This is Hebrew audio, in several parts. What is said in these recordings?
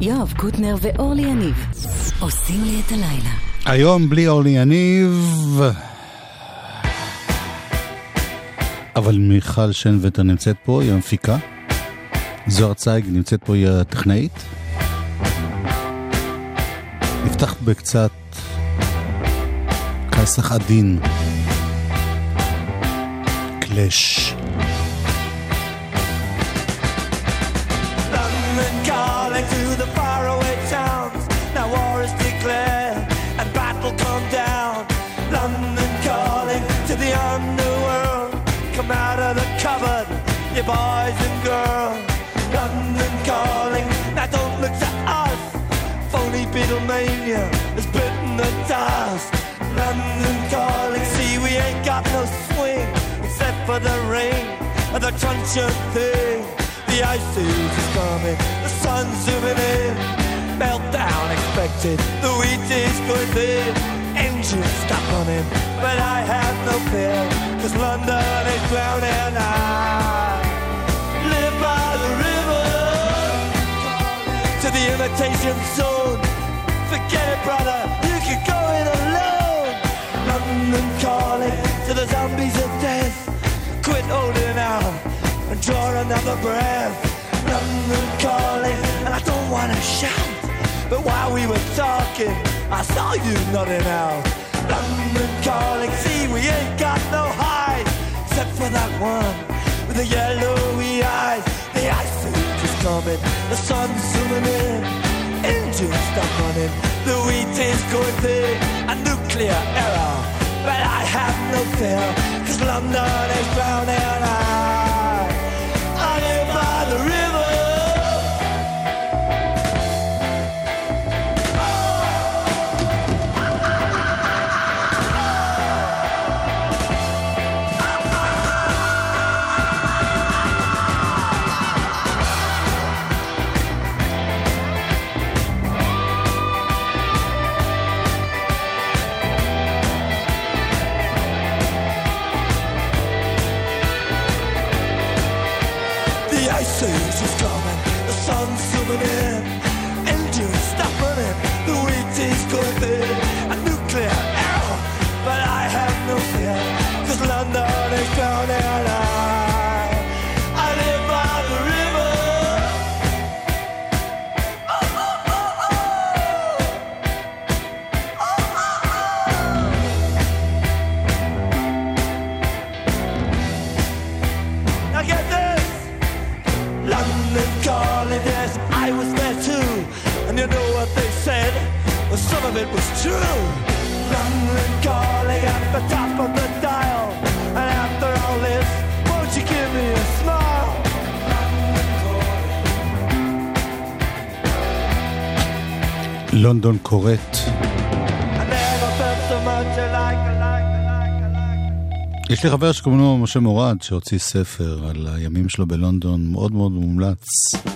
יואב קוטנר ואורלי יניב עושים לי את הלילה. היום בלי אורלי יניב, אבל מיכל שנבטר נמצאת פה, היא המפיקה. זוהר צייג נמצאת פה, היא הטכנאית. נפתח בקצת כסח עדין, קלאש. You boys and girls, London calling. Now don't look to us. Phony Beatlemania has bitten the dust. London calling. See, we ain't got no swing except for the rain and the truncheon thing. The ice age is coming. The sun's zooming in. Meltdown expected. The wheat is going thin. Engines stop running, but I have no fear, 'cause London is drowning. To the imitation zone. Forget it, brother, you can go it alone. London calling to the zombies of death. Quit holding out and draw another breath. London calling, and I don't want to shout, but while we were talking, I saw you nodding out. London calling, see, we ain't got no hide, except for that one with the yellowy eyes. The ice age is coming, the sun's zooming in, engines stop running, the wheat is going big, a nuclear error, but I have no fear, 'cause London is drowning. I live by the river. It was true. London calling at the top of the dial, and after all this, won't you give me a smile? לונדון קוראת. יש לי חבר שקוראים לו משה מורד, שהוציא ספר על הימים שלו בלונדון, מאוד מאוד מומלץ.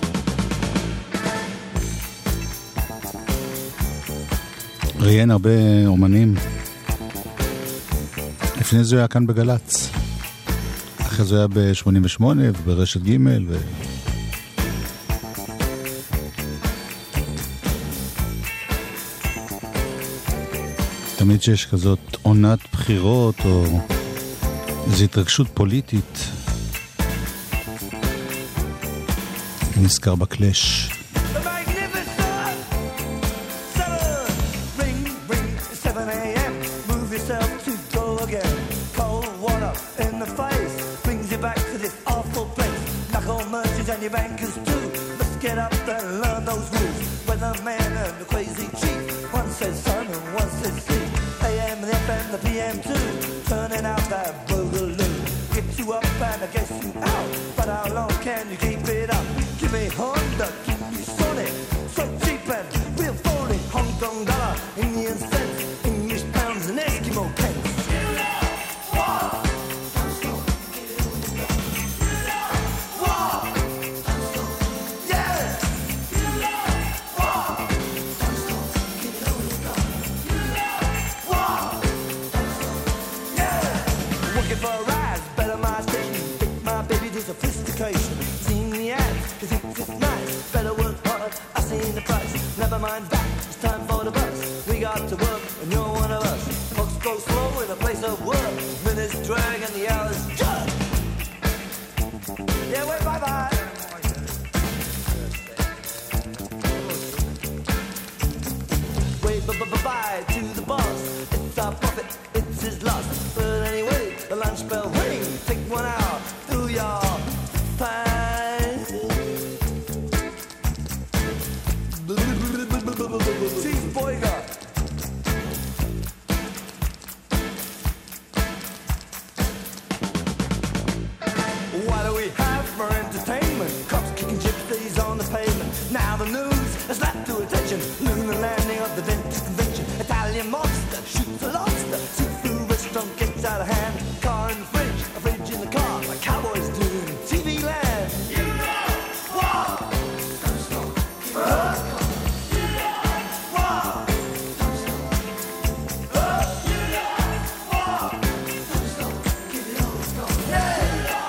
ראיין הרבה אומנים. לפני זה היה כאן בגלץ, אחרי זה היה ב-88 וברשת ג' תמיד שיש כזאת עונת בחירות או איזו התרגשות פוליטית, נזכר בקלאש. Bankers too, let's get up and learn those rules. Weatherman and the crazy chief, one says sun and one says sea. AM, the FM, the PM too, turning out that boogaloo. Get you up and I guess you out, but how long can you keep it up? Give me Honda, keep me Sonic, so cheap and real phony. Hong Kong dollar, Indian cents, English pounds and Eskimo pence. Sophistication, seeing the ads, 'cause it's nice, better seen the price. Never mind that, it's time for the bus. We got to work and you're one of us. Folks go slow in a place of work. Minutes drag and the hours judge. Yeah, wait, bye-bye. Wait, bye-bye to the boss. It's our profit, it's his loss. But anyway, the lunch bell ring. Take 1 hour, do your fine. Chief Boyga. What do we have for entertainment? Cops kicking gypsies on the pavement. Now the news has left to attention. Lunar landing of the dentist convention. Italian monster shoots a lobster. Seafood restaurant gets out of hand. Car in the fridge, a fridge in the car. Like cowboys do in TV land. You know what? Don't stop. You know what? Don't stop. You know what? Don't stop. Give it all it's got. Yeah.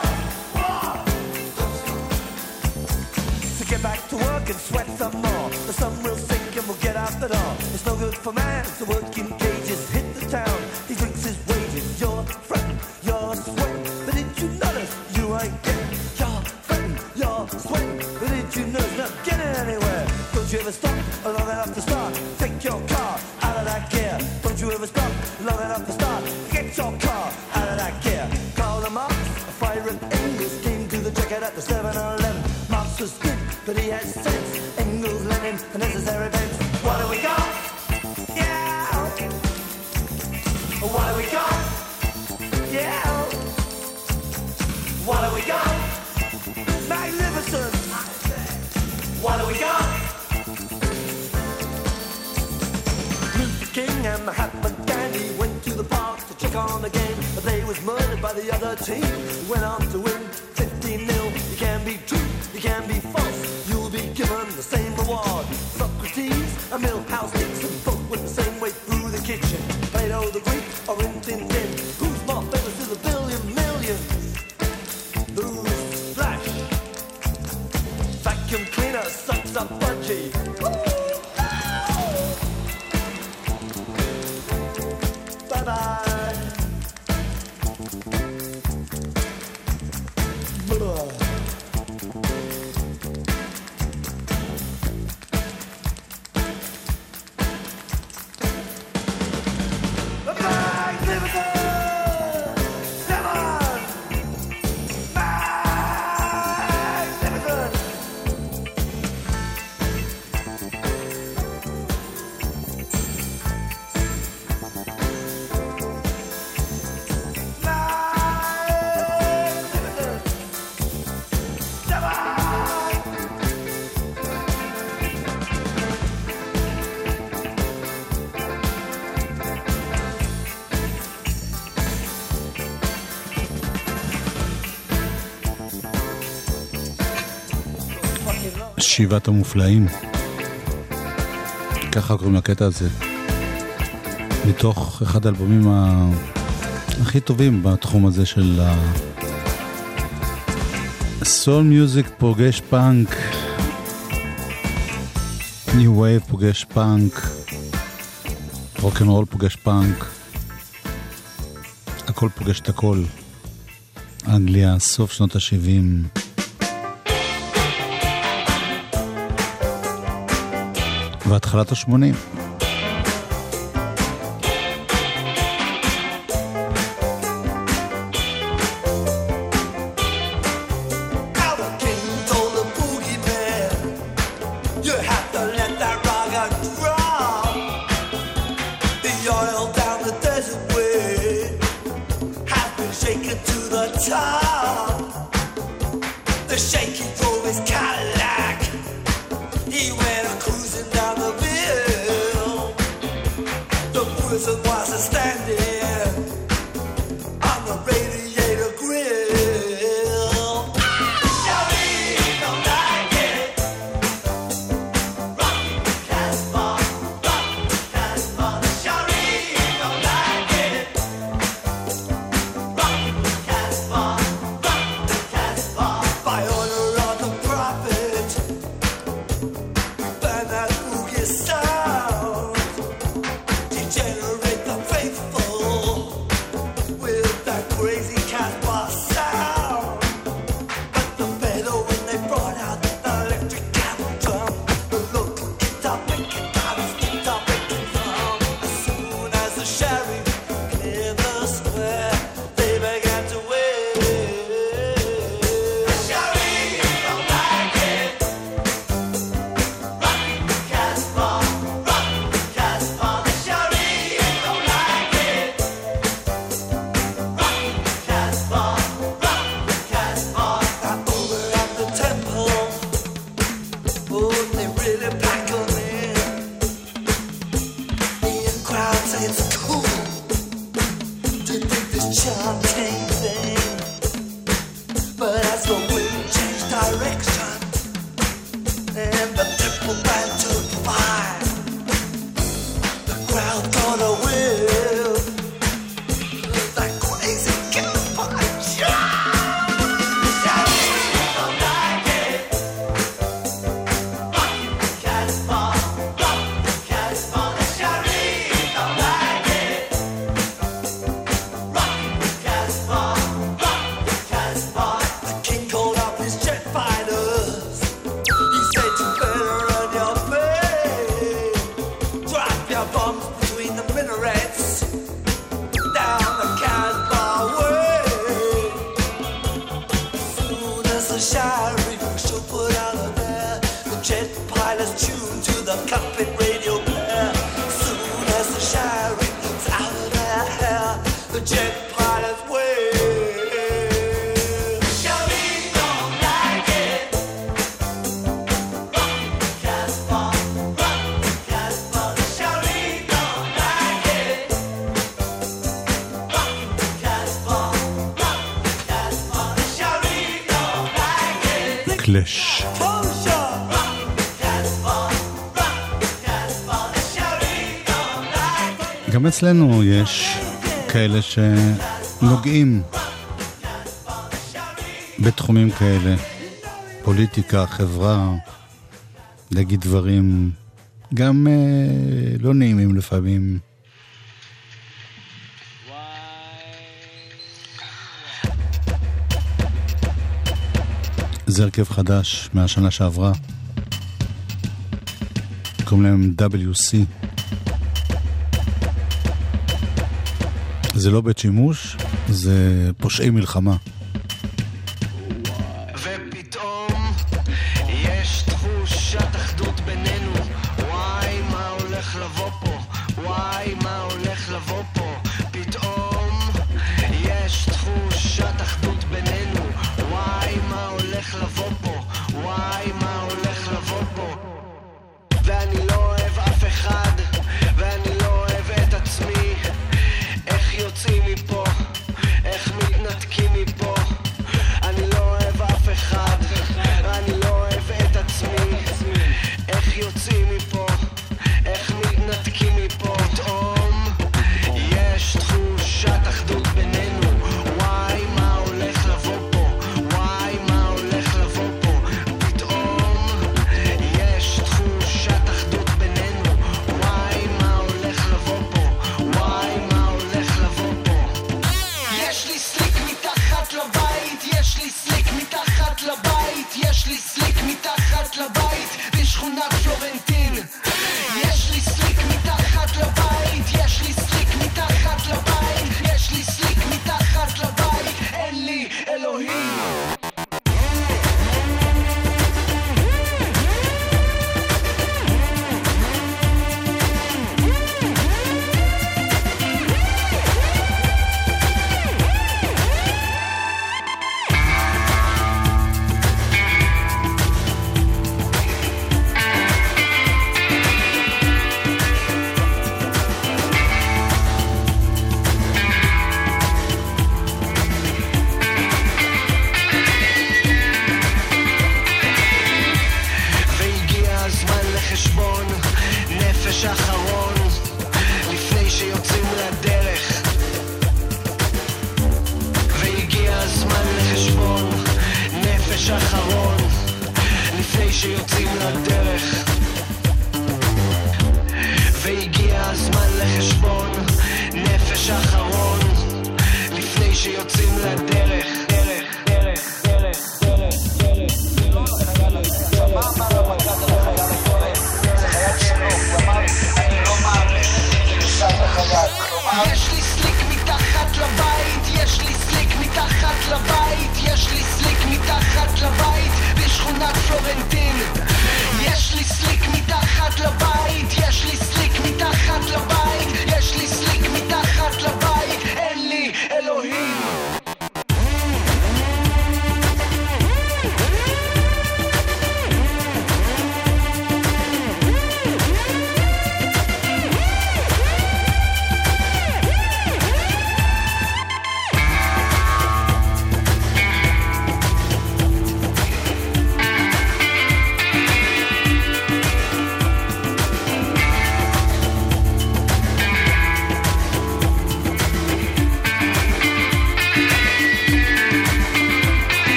So get back to work and sweat some more. The sun will sink and we'll get out the door. It's no good for man to work in cages. Hit the town, he drinks his wages. You're fretting, you're sweating, but did you notice you ain't getting? You're fretting, you're sweating, but did you notice not getting anywhere? Don't you ever stop long enough to start? Take your car out of that gear. Don't you ever stop long enough to start? Get your car out of that gear. Call the Marx, a fire at Engels came to the jacket at the 7-Eleven. Marx was good, but he had sense. Engels, Lenin, the necessary events. What do we got? Yeah. What do we got? Yeah. What do we got? Magnificent. What do we got? Luther King and Mahatma Gandhi went to the park to check on the game, but they was murdered by the other team. Went on to win 15-0. You can be true, you can be false. You'll be given the same reward. Socrates, a Milhouse Dixon, both went the same way through the kitchen. Plato the Greek or Rin Tin Tin. Who's more famous to the billion millions? Who's Flash? Vacuum cleaner sucks up budgie. Bye-bye. שבעת המופלאים, ככה קוראים לקטע הזה, מתוך אחד האלבומים הכי טובים בתחום הזה של סול מיוזיק פוגש פאנק, ניו וייב פוגש פאנק, רוק'נ'רול פוגש פאנק, הכל פוגש את הכל. אנגליה, סוף שנות ה-70, והתחלת ה-80. קלאש. גם אצלנו יש כאלה שנוגעים בתחומים כאלה, פוליטיקה, חברה, להגיד דברים גם לא נעימים לפעמים. זה הרכב חדש מהשנה שעברה, קוראים להם WC. זה לא בית שימוש, זה פושעי מלחמה. ופתאום יש תחושת אחדות בינינו. וואי מה הולך לבוא פה, וואי מה הולך לבוא פה. פתאום יש תחושת אחדות בינינו. וואי מה הולך לבוא פה, וואי מה הולך לבוא פה. ואני לא אוהב אף אחד, ואני לא אוהב את עצמי. איך יוצאים מפה, איך מתנתקים מפה. אני לא אוהב אף אחד, אני לא אוהב את עצמי. איך יוצאים מפה, איך מתנתקים מפה. פתאום יש תחושת אחדות בינינו. וואי מה הולך לבוא פה, וואי מה הולך לבוא פה. פתאום יש תחושת אחדות בינינו. וואי מה הולך לבוא פה, וואי מה הולך לבוא פה. יש לי סליק מתחת לבית, יש לי סליק מתחת לבית, יש לי סליק מתחת לבית בשכונת פלורנטין. יש לי סליק מתחת לבית, יש לי סליק מתחת לבית, יש לי סליק מתחת לבית, אין לי אלוהים. והגיע הזמן לחשבון נפש אחרון לפני שיוצאים לדרך. והגיע הזמן לחשבון נפש אחרון לפני שיוצאים לדרך. והגיע הזמן לחשבון נפש אחרון לפני שיוצאים לדרך. זה חייל שלו,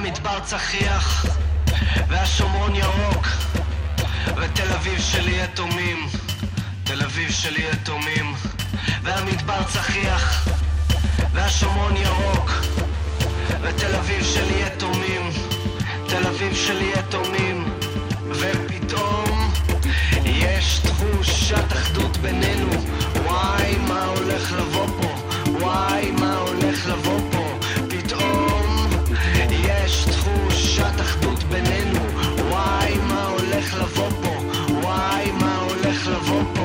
והמדבר צחיח והשומרון ירוק ותל אביב שלי יתומים, תל אביב שלי יתומים, והמדבר צחיח והשומרון ירוק ותל אביב שלי יתומים, תל אביב שלי יתומים. ופתאום יש תחושת אחדות בינינו, וואי מה הולך לבוא פה, וואי מה הולך לבוא פה. פתאום יש תחושת אחדות בינינו, וואי מה הולך לבוא פה, וואי מה הולך לבוא פה.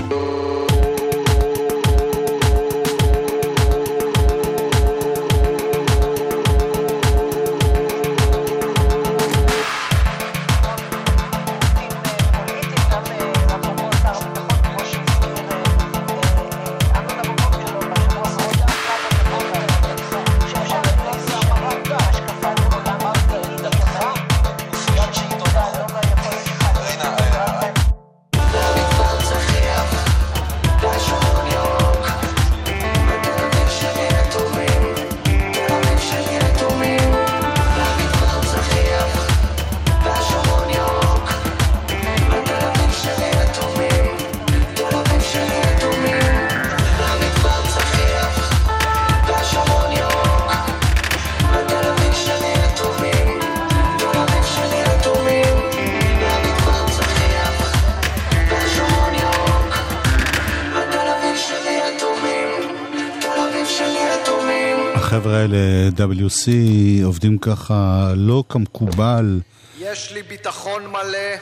החבר'ה האלה, WC, עובדים ככה לא כמקובל. יש לי ביטחון מלא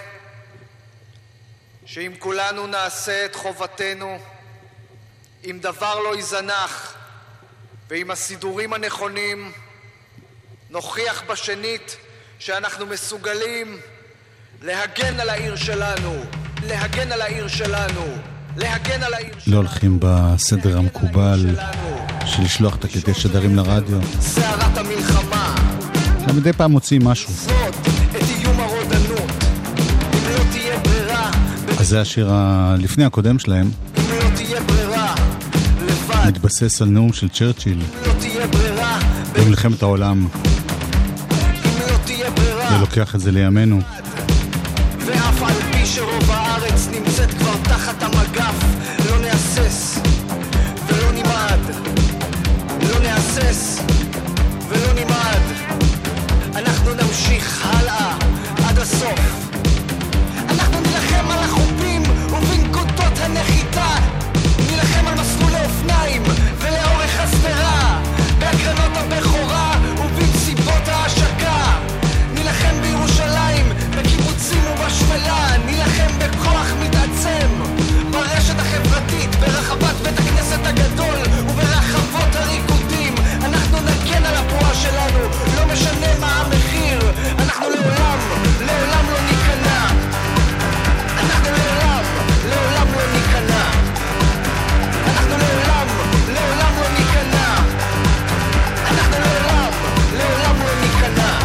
שאם כולנו נעשה את חובתנו, אם דבר לא יזנח ועם הסידורים הנכונים, נוכיח בשנית שאנחנו מסוגלים להגן על העיר שלנו, להגן על העיר שלנו, להגן על העיר שלנו. לא הולכים בסדר המקובל של לשלוח תקליטי שדרים לרדיו. סערת המלחמה. מדי פעם מוצאים משהו. את איום הרודנות. אם לא תהיה ברירה. אז זה השיר לפני הקודם שלהם. אם לא תהיה ברירה. לבד. מתבסס על נאום של צ'רצ'יל. אם לא תהיה ברירה. במלחמת העולם. אם לא תהיה ברירה. ולוקח את זה לימינו. ואף על פי שרוב הארץ נמצאת כבר תחת המגף, לא נאסס ולא נמעד, לא נאסס ולא נמעד. אנחנו נמשיך הלאה עד הסוף. אנחנו נלחם על החופים ובנקודות הנחיתה, נלחם על מסלולי אופניים ולאורך הסדרה, בהקרנות הבכורה ובמסיבות ההשקה. נלחם בירושלים, בקיבוצים ובשפלה, נלחם בכוח מתעצם ברשת החברתית, ברחבת בית הכנסת הגדול וברחבות הריקודים. אנחנו נגן על הפרועה שלנו, לא משנה מה המחיר. אנחנו לעולם, לעולם לא ניכנע. אנחנו לעולם, לעולם לא ניכנע. אנחנו לעולם, לעולם לא ניכנע. אנחנו לעולם, לעולם לא ניכנע.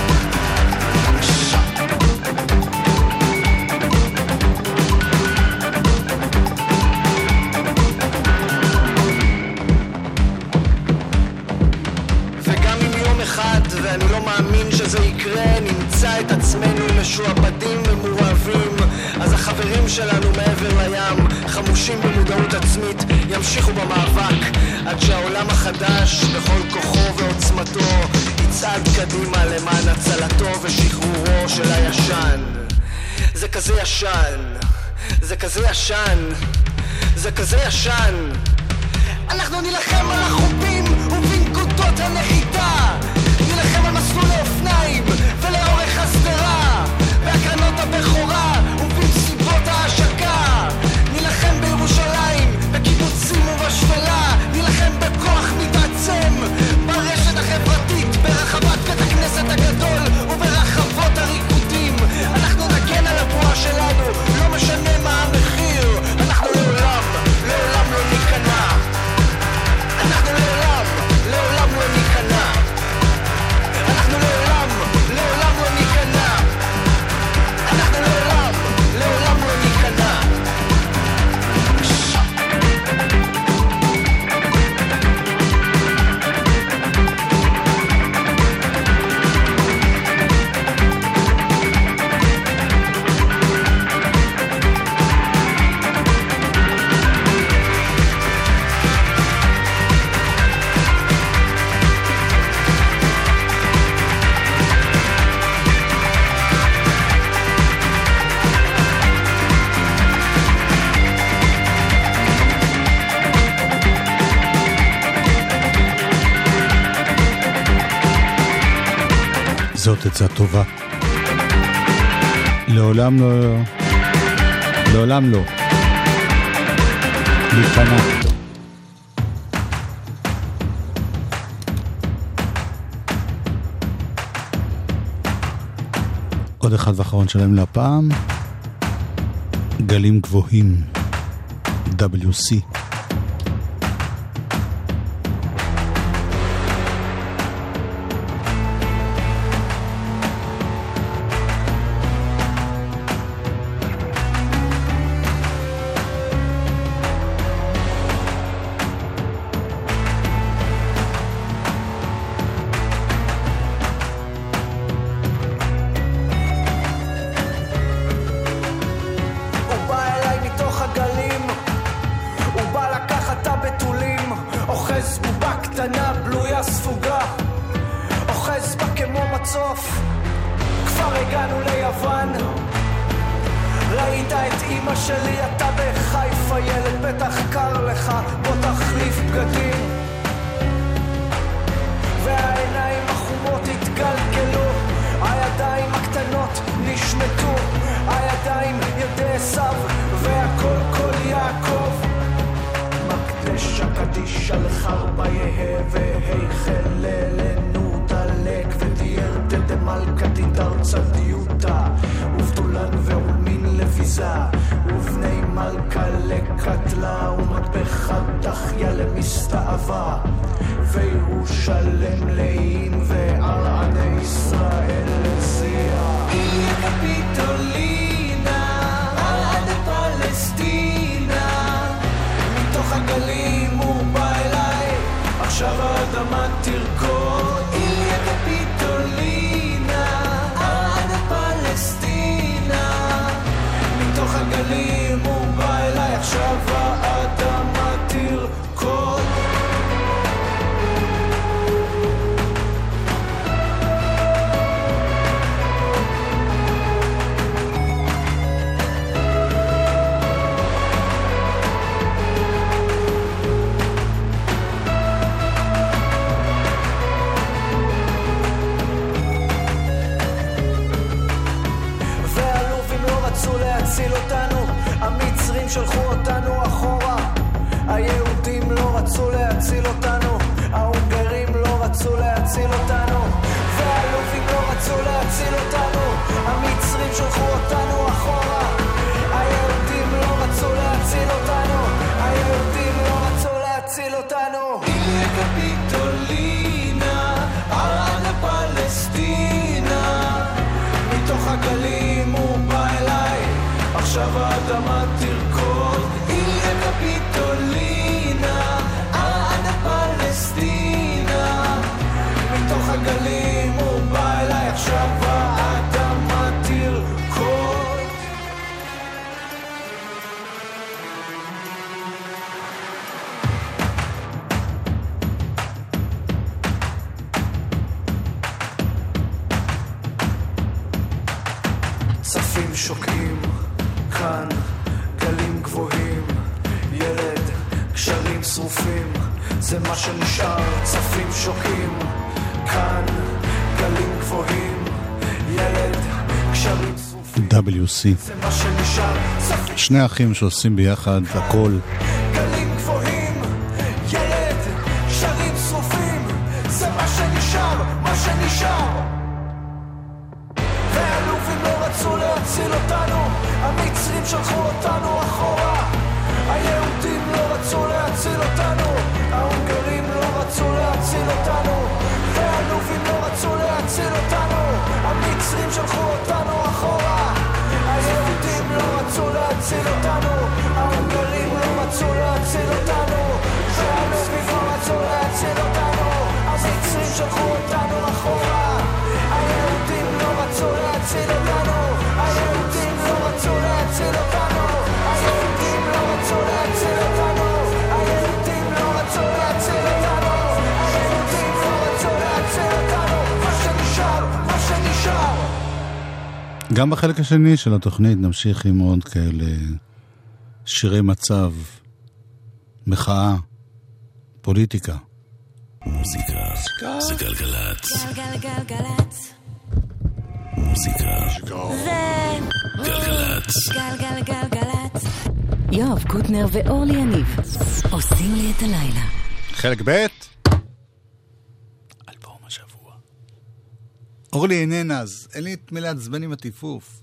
ואני לא מאמין שזה יקרה, נמצא את עצמנו משועבדים ומורעבים, אז החברים שלנו מעבר לים, חמושים במודעות עצמית, ימשיכו במאבק עד שהעולם החדש בכל כוחו ועוצמתו יצעד קדימה למען הצלתו ושחרורו של הישן. זה כזה ישן, זה כזה ישן, זה כזה ישן. אנחנו נלחם על החופים ובנקודות הנחיתה, נלחם על מסלולי אופניים ולאורך הסדרה, בהקרנות הבכורה ובמסיבות ההשקה. נלחם בירושלים, בקיבוצים ובשפלה, נלחם בכוח מתעצם ברשת החברתית, ברחבת בית הכנסת הגדול וברחבות הריקודים. אנחנו נגן על הפרועה שלנו, לא משנה מה המחיר. אנחנו לעולם, לעולם לא ניכנע. אנחנו לעולם זאת עצה טובה. לעולם לא, לעולם לא. להיכנע. עוד אחד ואחרון שלהם להפעם. גלים גבוהים. WC. WC. שני אחים שעושים ביחד הכל. גלים גבוהים, ילד, קשרים שרופים, זה מה שנשאר, מה שנשאר. והאלופים לא רצו להציל אותנו, המצרים שלחו אותנו אחורה. היהודים לא רצו להציל אותנו, ההונגרים לא רצו להציל אותנו. והאלופים לא רצו להציל אותנו, המצרים שלחו אותנו אחורה. היהודים לא רצו להציל אותנו, ההונגרים לא רצו להציל אותנו. והאלופים לא רצו להציל אותנו, המצרים שלחו אותנו אחורה. היהודים לא רצו להציל אותנו, היהודים לא רצו להציל אותנו. היהודים לא רצו להציל אותנו, היהודים לא רצו להציל אותנו. היהודים לא רצו להציל אותנו. מה שנשאר, מה שנשאר. גם בחלק השני של התוכנית נמשיך עם עוד כאלה שירי מצב, מחאה, פוליטיקה. מוזיקה זה גלגלצ. גלגלגלגלצ. המוזיקה. זה גלגלצ. גלגלגלגלצ. יואב קוטנר ואורלי יניב עושים לי את הלילה. חלק ב' אלבום השבוע. אורלי איננה, אז אין לי את מי לעצבן עם הטיפוף.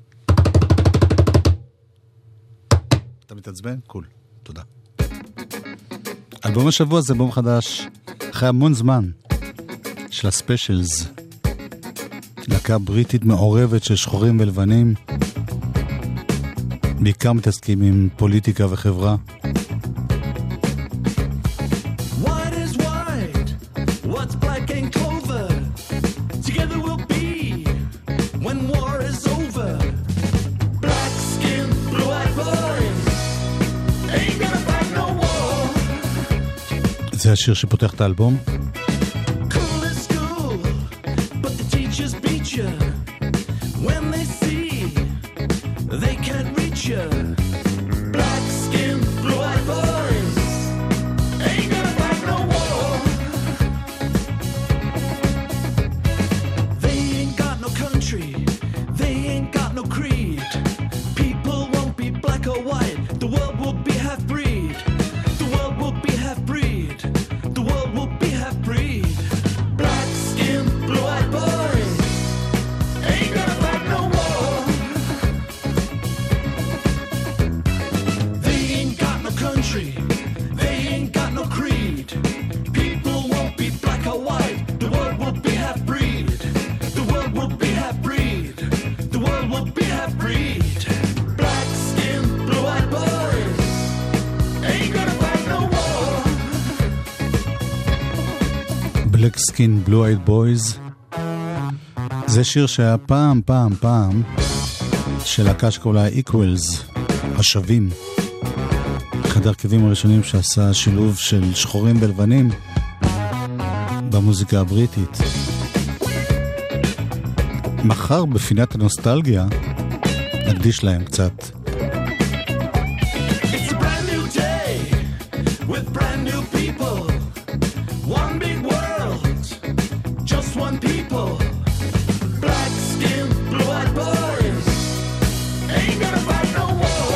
אתה מתעצבן? קול. תודה. אלבום השבוע זה אלבום חדש אחרי המון זמן של הספיישלס, להקה בריטית מעורבת של שחורים ולבנים, בעיקר מתעסקים עם פוליטיקה וחברה. What is white? What's black and clover? Together we'll be when war is over. Black skin, blue-eyed boys ain't gonna fight no war. זה השיר שפותח את האלבום. Cool as school, but the teachers beat you when they see they can't reach you. Black skin, blue-eyed boys ain't gonna fight no war. They ain't got no country, they ain't got no creed. People won't be black or white, the world will be half-breed. The world will be half-breed, the world will be half-breed. Black skin, blue-eyed boys ain't gonna fight no war. They ain't got no country, they ain't got no creed. People won't be black or white, the world will be half-breed. The world will be half-breed, the world will be half-breed. Black skin, blue-eyed boys ain't gonna fight no war. Black Skin Blue Eyed Boys. זה שיר שהיה פעם של להקה שקוראים לה Equals, השווים. אחד הרכבים הראשונים שעשה שילוב של שחורים ולבנים במוזיקה הבריטית. מחר בפינת הנוסטלגיה נקדיש להם קצת. It's a brand new day with brand new people. One big world, just one people. Black skin, blue-eyed boys ain't gonna fight no war.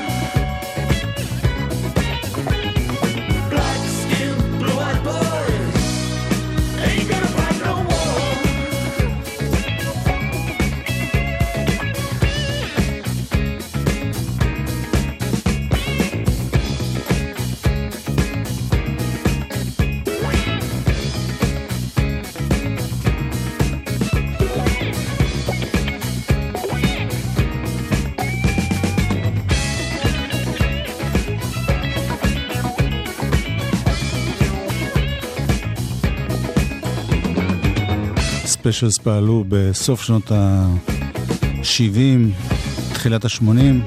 Black skin, blue-eyed boys ain't gonna fight no war. ספיישלס פעלו בסוף שנות ה-70, תחילת ה-80.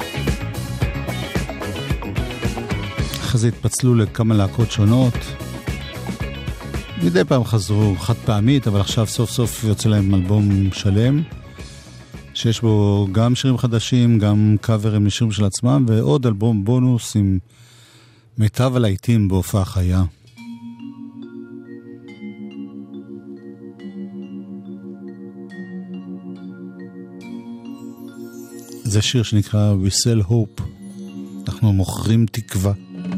אחרי זה התפצלו לכמה להקות שונות. מדי פעם חזרו חד פעמית, אבל עכשיו סוף סוף יוצא להם אלבום שלם, שיש בו גם שירים חדשים, גם קאברים לשירים של עצמם, ועוד אלבום בונוס עם מיטב הלהיטים בהופעה חיה. זה שיר שנקרא We Sell Hope. אנחנו מוכרים תקווה.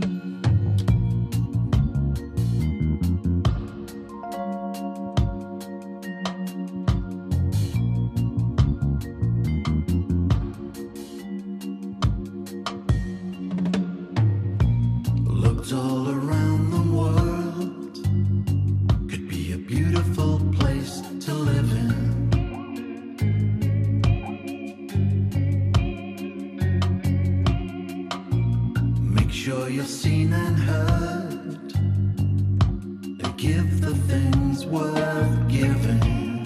Looked all around the world, could be a beautiful place to live in. Make sure you're seen and heard, and give the things worth giving.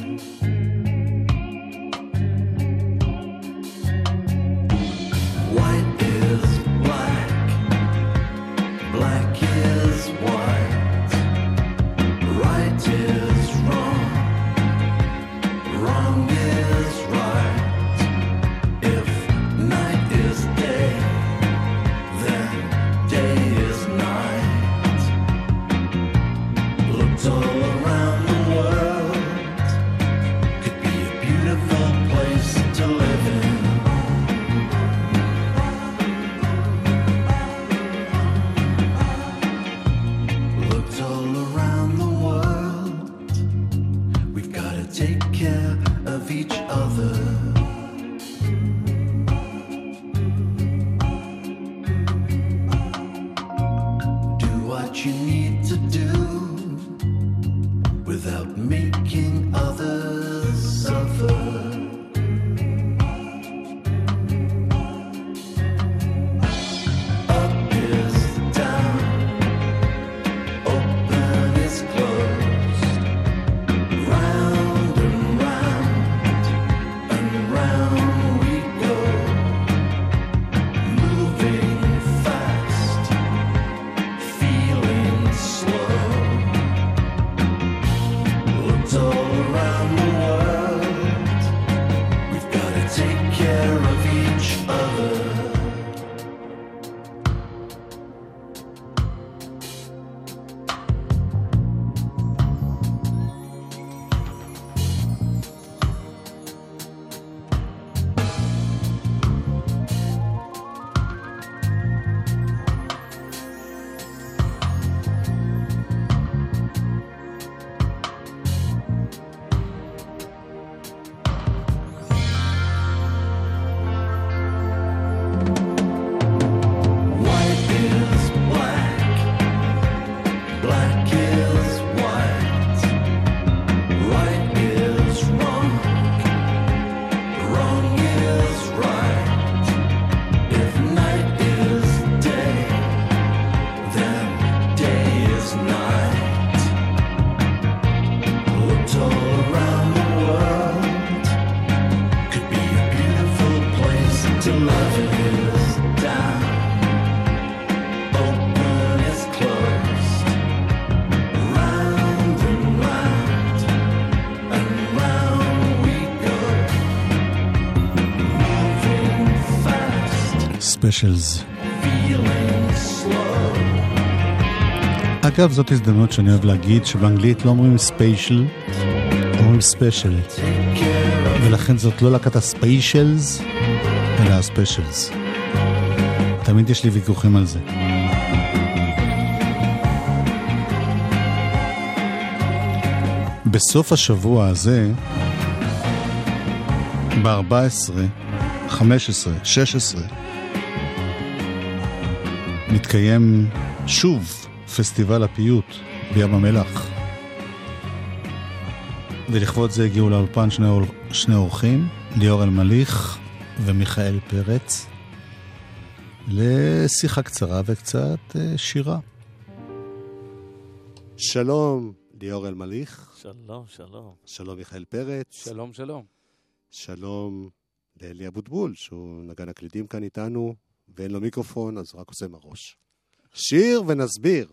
White is black, black is white, right is wrong, wrong is right. If night is day, then day is night. Looked all around the world, could be a beautiful place without making others suffer. ספיישלס. אגב, זאת הזדמנות שאני אוהב להגיד שבאנגלית לא אומרים ספיישל, אומרים ספיישל, ולכן זאת לא להקת הספיישלס אלא הספיישלס. תמיד יש לי ויכוחים על זה. בסוף השבוע הזה ב-14, 15, 16 מתקיים שוב פסטיבל הפיוט בים המלח, ולכבוד זה הגיעו לאולפן שני אורחים, ליאור אלמליך ומיכאל פרץ, לשיחה קצרה וקצת שירה. שלום ליאור אלמליך. שלום, שלום. שלום מיכאל פרץ. שלום, שלום. שלום לאלי אבוטבול, שהוא נגן הקלידים כאן איתנו, ואין לו מיקרופון, אז רק עושה מראש. שיר ונסביר.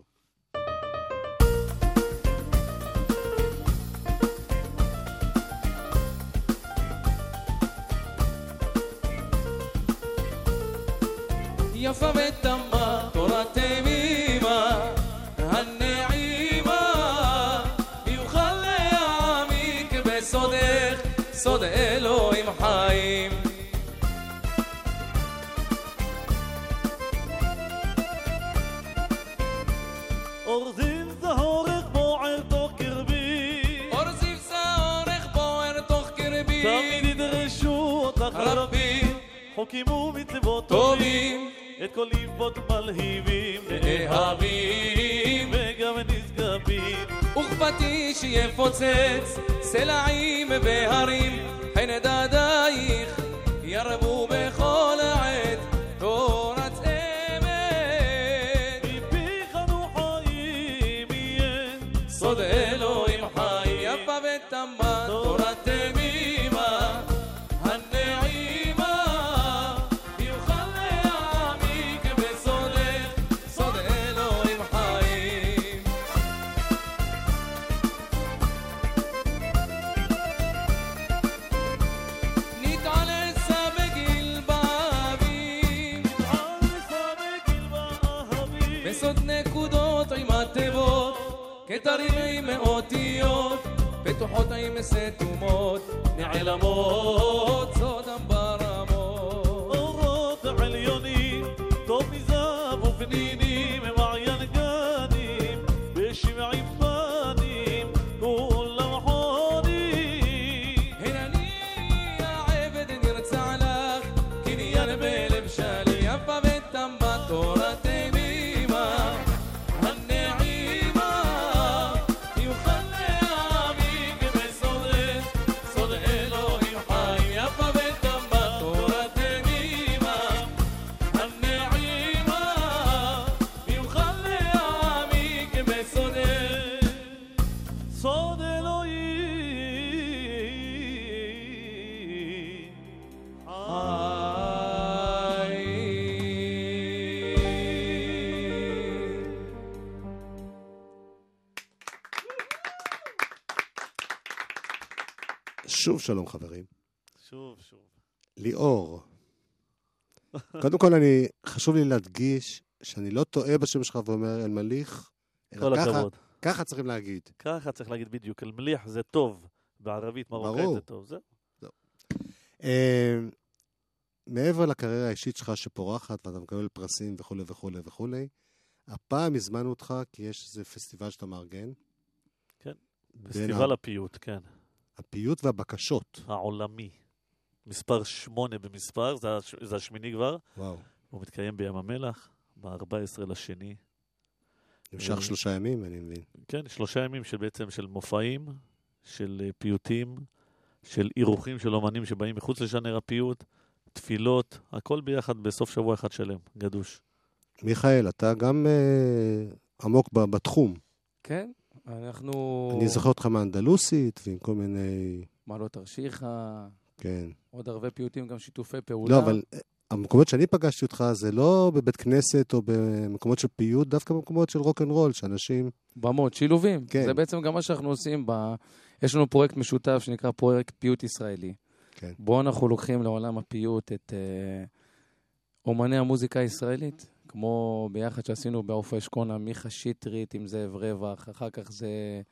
יפה ותמה תורה תמימה הנעימה יוכל להעמיק בסודך סוד אלוהים חיים אור זיו זהורך בוער תוך קרבי אור זיו זהורך בוער תוך קרבי תמיד ידרשו אותך רבים חוקים ומצוות טובים את כל ליבות מלהיבים נאהבים וגם נשגבים וכפתי שיפוצץ סלעים והרים חן דדייך ירבו בכל עת תורת אמת מפיך אנו חיים יהיה סוד אלוהים חיים יפה ותמה תורת תמימה הנעימה יוכל להעמיק בסודך סוד אלוהים חיים נתעלסה בגיל באבים בסוד נקודות עם התיבות כתרים עם אותיות פתוחות עם סתומות נעלמות סודם ברמות אורות עליונים טוב מזהב ופנינים מעיין גנים בשמעים פנים כולם חונים הנה אני העבד נרצע לך קניין בלב שלי יפה ותמה תורה תמימה הנעימה יוכל להעמיק שוב שלום חברים. שוב. ליאור. קודם כל חשוב לי להדגיש שאני לא טועה בשם שלך ואומר אלמליך, כל הכבוד. ככה צריכים להגיד. ככה צריך להגיד בדיוק. אלמליח זה טוב. בערבית מרוקאית זה טוב. זהו. מעבר לקריירה האישית שלך שפורחת ואתה מקבל פרסים וכו' וכו' וכו', הפעם הזמנו אותך כי יש איזה פסטיבל שאתה מארגן. כן. פסטיבל הפיוט, כן. הפיוט והבקשות. העולמי. מספר 8 במספר, זה השמיני כבר. וואו. הוא מתקיים בים המלח, ב-14 לשני. נמשך 3 ימים, אני מבין. כן, 3 ימים של מופעים, של פיוטים, של אירוחים של אומנים שבאים מחוץ לשנר הפיוט, תפילות, הכל ביחד בסוף שבוע אחד שלם, גדוש. מיכאל, אתה גם עמוק בתחום. כן, אנחנו... אני זוכר אותך מאנדלוסית ועם כל מיני... מעלות תרשיחא. כן. עוד הרבה פיוטים, גם שיתופי פעולה. לא, אבל המקומות שאני פגשתי אותך זה לא בבית כנסת או במקומות של פיוט, דווקא במקומות של רוק אנד רול, שאנשים... במות, שילובים. כן. זה בעצם גם מה שאנחנו עושים. יש לנו פרויקט משותף שנקרא פרויקט פיוט ישראלי. כן. בו אנחנו לוקחים לעולם הפיוט את אומני המוזיקה הישראלית, כמו ביחד שעשינו באופו אשכונה, מיכה שטרית עם זאב רווח, אחר כך זה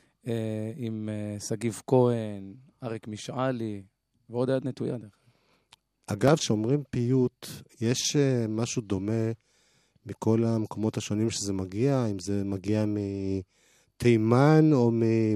עם סגיב כהן, אריק משעלי, ועוד עד נטויה. אגב, שאומרים פיוט, יש משהו דומה מכל המקומות השונים שזה מגיע, אם זה מגיע מתימן או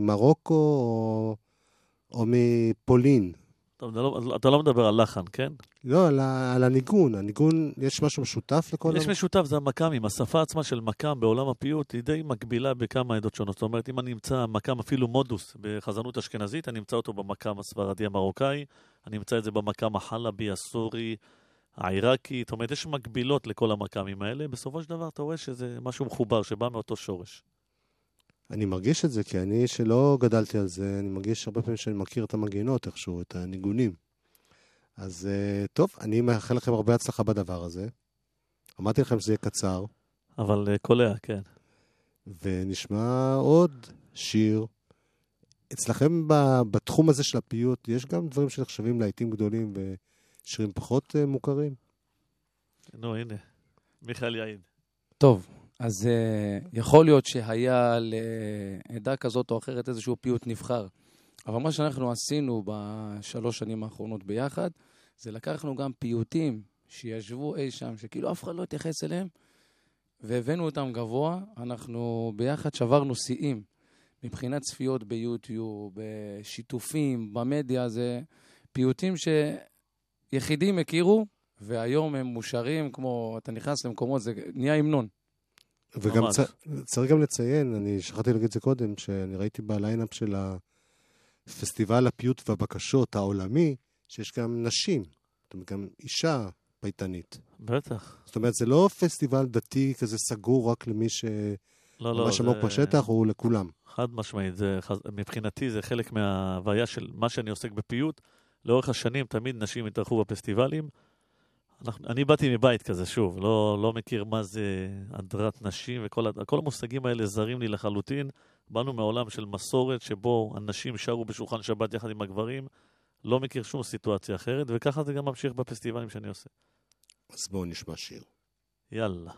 ממרוקו או מפולין. אתה לא מדבר על לחן, כן? לא, על הניגון. הניגון, יש משהו משותף לכל... יש משותף, זה המקאמים. השפה עצמה של מקאם בעולם הפיוט היא די מקבילה בכמה עדות שונות. זאת אומרת, אם אני אמצא מקאם אפילו מודוס בחזנות אשכנזית, אני אמצא אותו במקאם הספרדי המרוקאי, אני אמצא את זה במקאם החלבי, הסורי, העיראקי. זאת אומרת, יש מקבילות לכל המקאמים האלה. בסופו של דבר אתה רואה שזה משהו מחובר שבא מאותו שורש. אני מרגיש את זה, כי אני שלא גדלתי על זה, אני מרגיש הרבה פעמים שאני מכיר את המגינות איכשהו, את הניגונים. אז טוב, אני מאחל לכם הרבה הצלחה בדבר הזה. אמרתי לכם שזה יהיה קצר. אבל קולע, כן. ונשמע עוד שיר. אצלכם בתחום הזה של הפיוט, יש גם דברים שנחשבים לעיתים גדולים ושירים פחות מוכרים? נו, הנה. מיכאל יעיד. טוב. אז יכול להיות שהיה לעדה כזאת או אחרת איזשהו פיוט נבחר. אבל מה שאנחנו עשינו ב3 שנים האחרונות ביחד, זה לקחנו גם פיוטים שישבו אי שם, שכאילו אף אחד לא התייחס אליהם, והבאנו אותם גבוה. אנחנו ביחד שברנו שיאים, מבחינת צפיות ביוטיוב, בשיתופים, במדיה, זה פיוטים שיחידים הכירו, והיום הם מושרים כמו, אתה נכנס למקומות, זה נהיה המנון. וגם צריך גם לציין, אני שכחתי להגיד את זה קודם, שאני ראיתי בליינאפ של הפסטיבל הפיוט והבקשות העולמי, שיש גם נשים, זאת אומרת, גם אישה פייטנית. בטח. זאת אומרת, זה לא פסטיבל דתי כזה סגור רק למי ממש עמוק בשטח, הוא לכולם. חד משמעית, מבחינתי זה חלק מההוויה של מה שאני עוסק בפיוט. לאורך השנים תמיד נשים התארחו בפסטיבלים, אני באתי מבית כזה, שוב, לא מכיר מה זה הדרת נשים, וכל המושגים האלה זרים לי לחלוטין. באנו מעולם של מסורת שבו הנשים שרו בשולחן שבת יחד עם הגברים, לא מכיר שום סיטואציה אחרת, וככה זה גם ממשיך בפסטיבלים שאני עושה. אז בואו נשמע שיר. יאללה.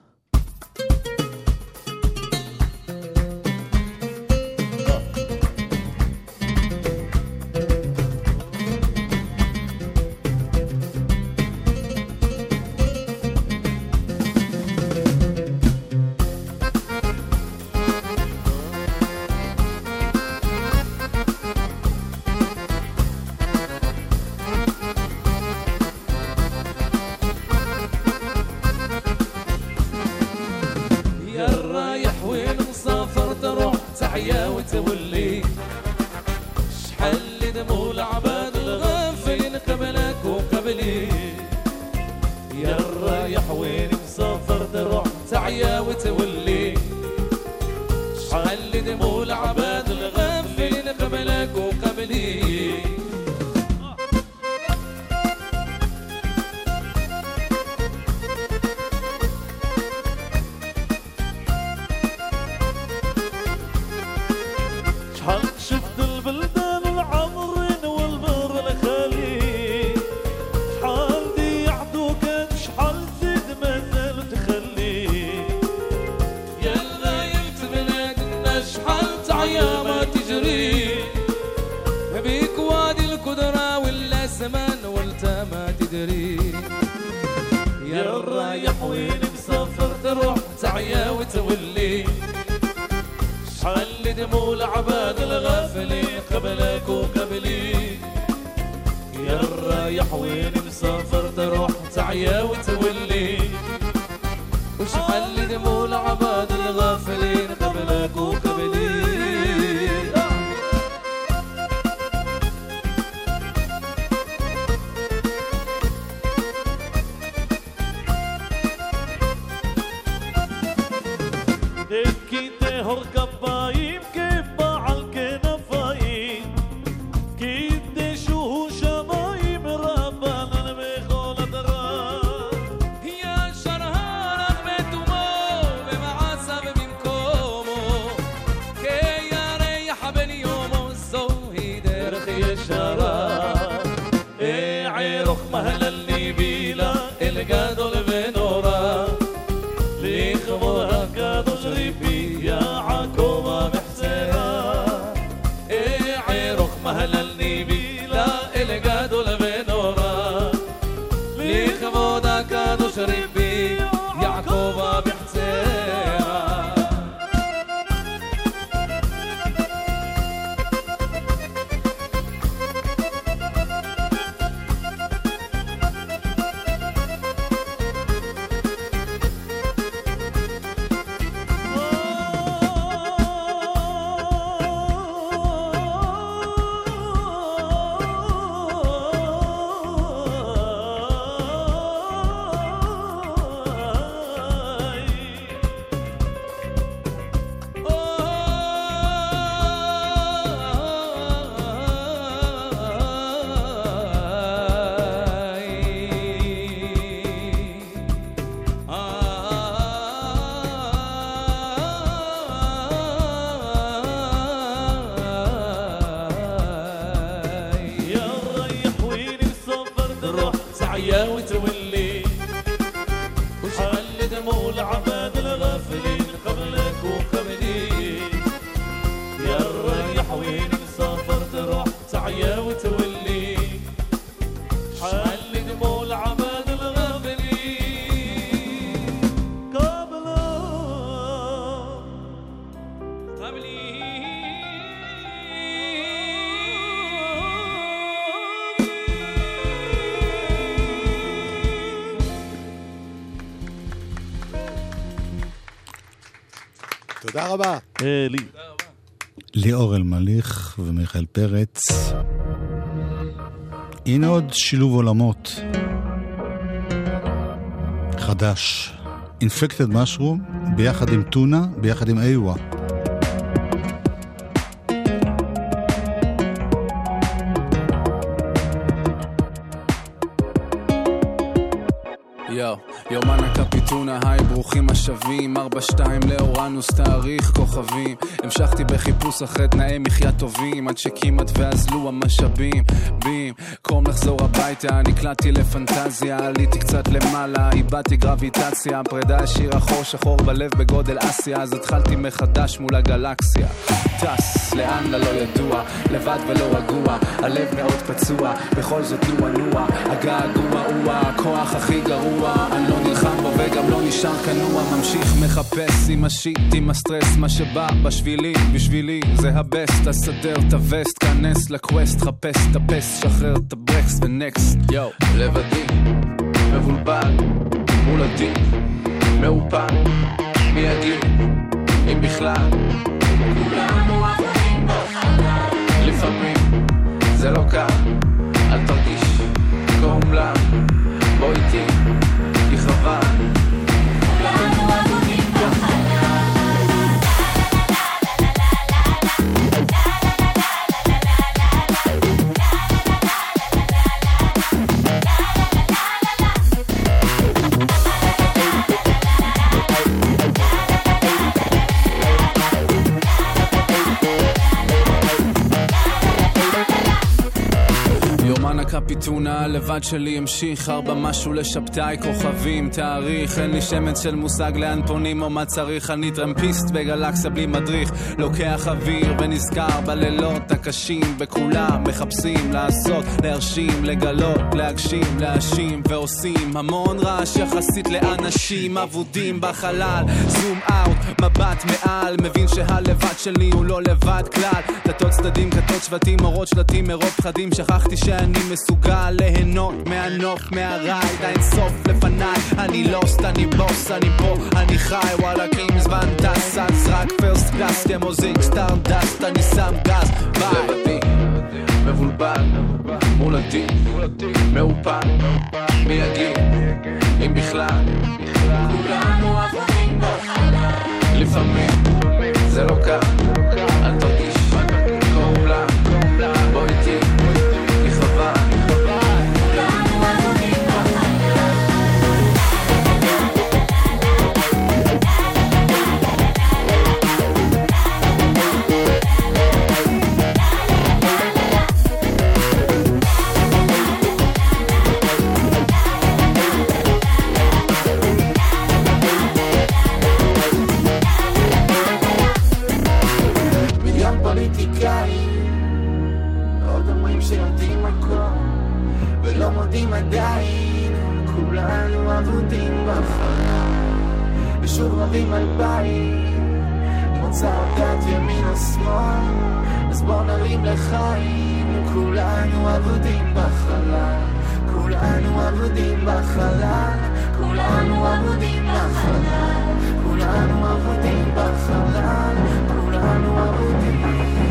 وتولي شحال دمو العباد الغافلين قبلك وقبلي يا الرايح وين مسافر تروح تعيا وتولي شحال دمو العباد الغافلين قبلك وقبلي شفت دموع العباد الغافلين قبلك وقبلي يا الرايح وين مسافر تروح تعيا وتولي وش حل دموع العباد الغافلين قبلك وقبلي תודה רבה. ליאור אלמליך ומיכאל פרץ. הנה עוד שילוב עולמות חדש. Infected Mushroom ביחד עם טונה, ביחד עם איווה. יומן הקפיטונה, היי ברוכים השבים 4-2 לאורנוס תאריך כוכבים. המשכתי בחיפוש אחרי תנאי מחיה טובים עד שכמעט ועזלו המשאבים בים קום לחזור הביתה, נקלעתי לפנטזיה, עליתי קצת למעלה, איבדתי גרביטציה, פרידה השאירה חור שחור בלב בגודל אסיה, אז התחלתי מחדש מול הגלקסיה, טס לאן ללא ידוע, לבד ולא רגוע, הלב מאוד פצוע, בכל זאת נוע הגעגוע הוא הכוח הכי גרוע, אני לא נלחם בו וגם לא נשאר כנוע, ממשיך מחפש עם השיט, עם הסטרס, מה שבא בשבילי, בשבילי זה הבסט, אסדר את הווסט, כנס לקווסט, חפש את הפסט, שחרר את הברקס ונקסט, יו, לבדי, מבולבל, מול עדי, מאופן, מי יגיד, אם בכלל, כולם אוהבים בחלל, לפעמים, זה לא קל, אל תרגיש, קוראים לה, בוא איתי, היא חבל, כולם אוהבים בחלל, יוהנה קפיטונה, לבד שלי המשיך 4 משהו לשבתאי, כוכבים, תאריך, אין לי שמץ של מושג לאן פונים או מה צריך, אני טרמפיסט בגלקסיה בלי מדריך, לוקח אוויר ונזכר בלילות הקשים, בכולם מחפשים לעשות, להרשים, לגלות, להגשים, להאשים, ועושים המון רעש יחסית לאנשים אבודים בחלל, זום אאוט, מבט מעל, מבין שהלבד שלי הוא לא לבד כלל, תתות צדדים, כתות שבטים, אורות שלטים, מרוב פחדים, שכחתי שאני מסוגל ליהנות מהנוף, מהרייד, אין סוף לפניי, אני לוסט, אני בוס, אני פה, אני חי, וואלה קים זמן טס, אז רק פרסט קלאס, כמו זינק, סטאר דסט, אני שם גז, ביי. לבדי, מבולבל, מולדי, מאופן, מי יגיד, אם בכלל, כולנו עבודים בחלל, לפעמים זה לא קל, אל תרגיש, קוראים לה, בוא איתי, כי חבל, כולנו עבודים ולא מודים עדיין, כולנו עבודים בחלל, ושוב רבים על בית, מוצא דת ימין או שמאל, אז בוא נרים לחיים, כולנו עבודים בחלל, כולנו עבודים בחלל, כולנו עבודים בחלל, כולנו עבודים בחלל, כולנו עבודים.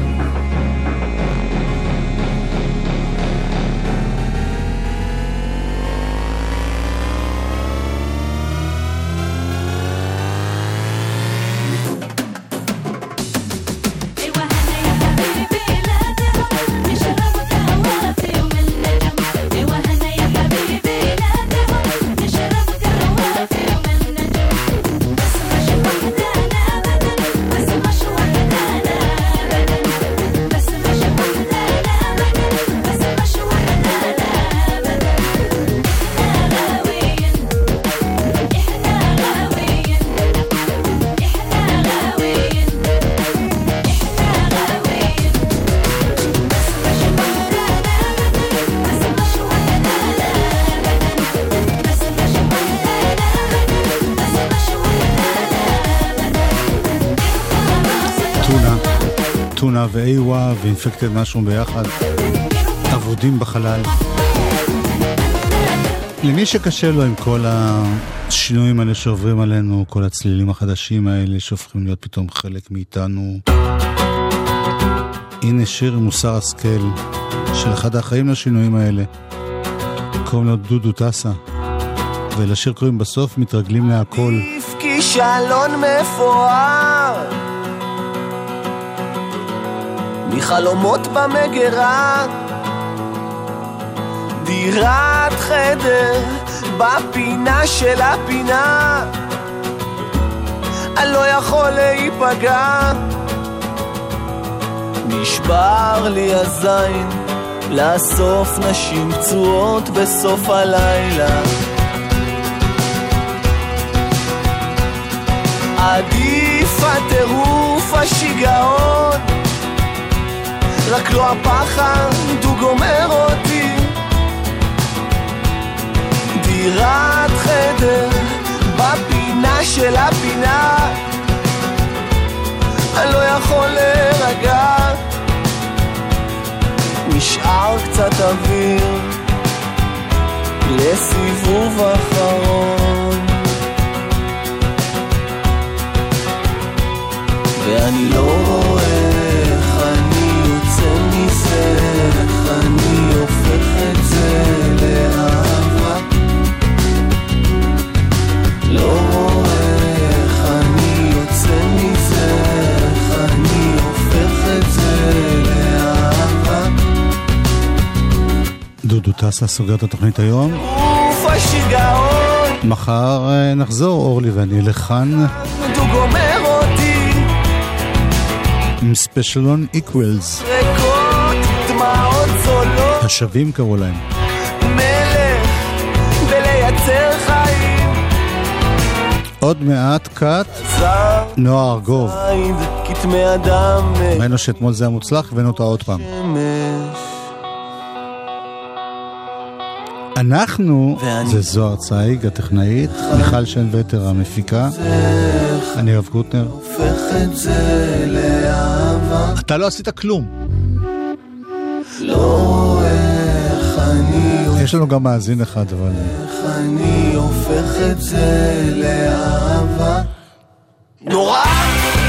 טונה ואיווה ואינפקטד משהו ביחד, עבודים בחלל. למי שקשה לו עם כל השינויים האלה שעוברים עלינו, כל הצלילים החדשים האלה שהופכים להיות פתאום חלק מאיתנו, הנה שיר מוסר השכל של אחד האחראים לשינויים האלה, קוראים לו דודו טסה, ולשיר קוראים בסוף מתרגלים להכל. כישלון מפואר מחלומות במגרה, דירת חדר בפינה של הפינה, אני לא יכול להיפגע, נשבר לי הזין לאסוף נשים פצועות בסוף הלילה, עדיף הטירוף השיגעון, רק לא הפחד הוא גומר אותי, דירת חדר בפינה של הפינה, אני לא יכול להירגע, נשאר קצת אוויר לסיבוב אחרון, ואני לא רואה איך אני יוצא מזה, איך אני הופך את זה לאהבה, לא רואה איך אני יוצא מזה, איך אני הופך את זה לאהבה. דודו טסה סוגר את התוכנית היום. מחר נחזור אורלי ואני לכאן הוא גומר אותי עם ספיישל און איקוולס, רקות דמעות זולות השווים קראו להם. מלך ולייצר חיים. עוד מעט קאט, נועה ארגוב. כתמי אדם. ראינו שאתמול זה המוצלח, הבאנו אותה עוד פעם. אנחנו, זה זוהר צייג, הטכנאית, מיכל שן וטר המפיקה, אני אוהב קוטנר. אתה לא עשית כלום. יש לנו גם מאזין אחד, אבל... איך אני הופך את זה לאהבה נורא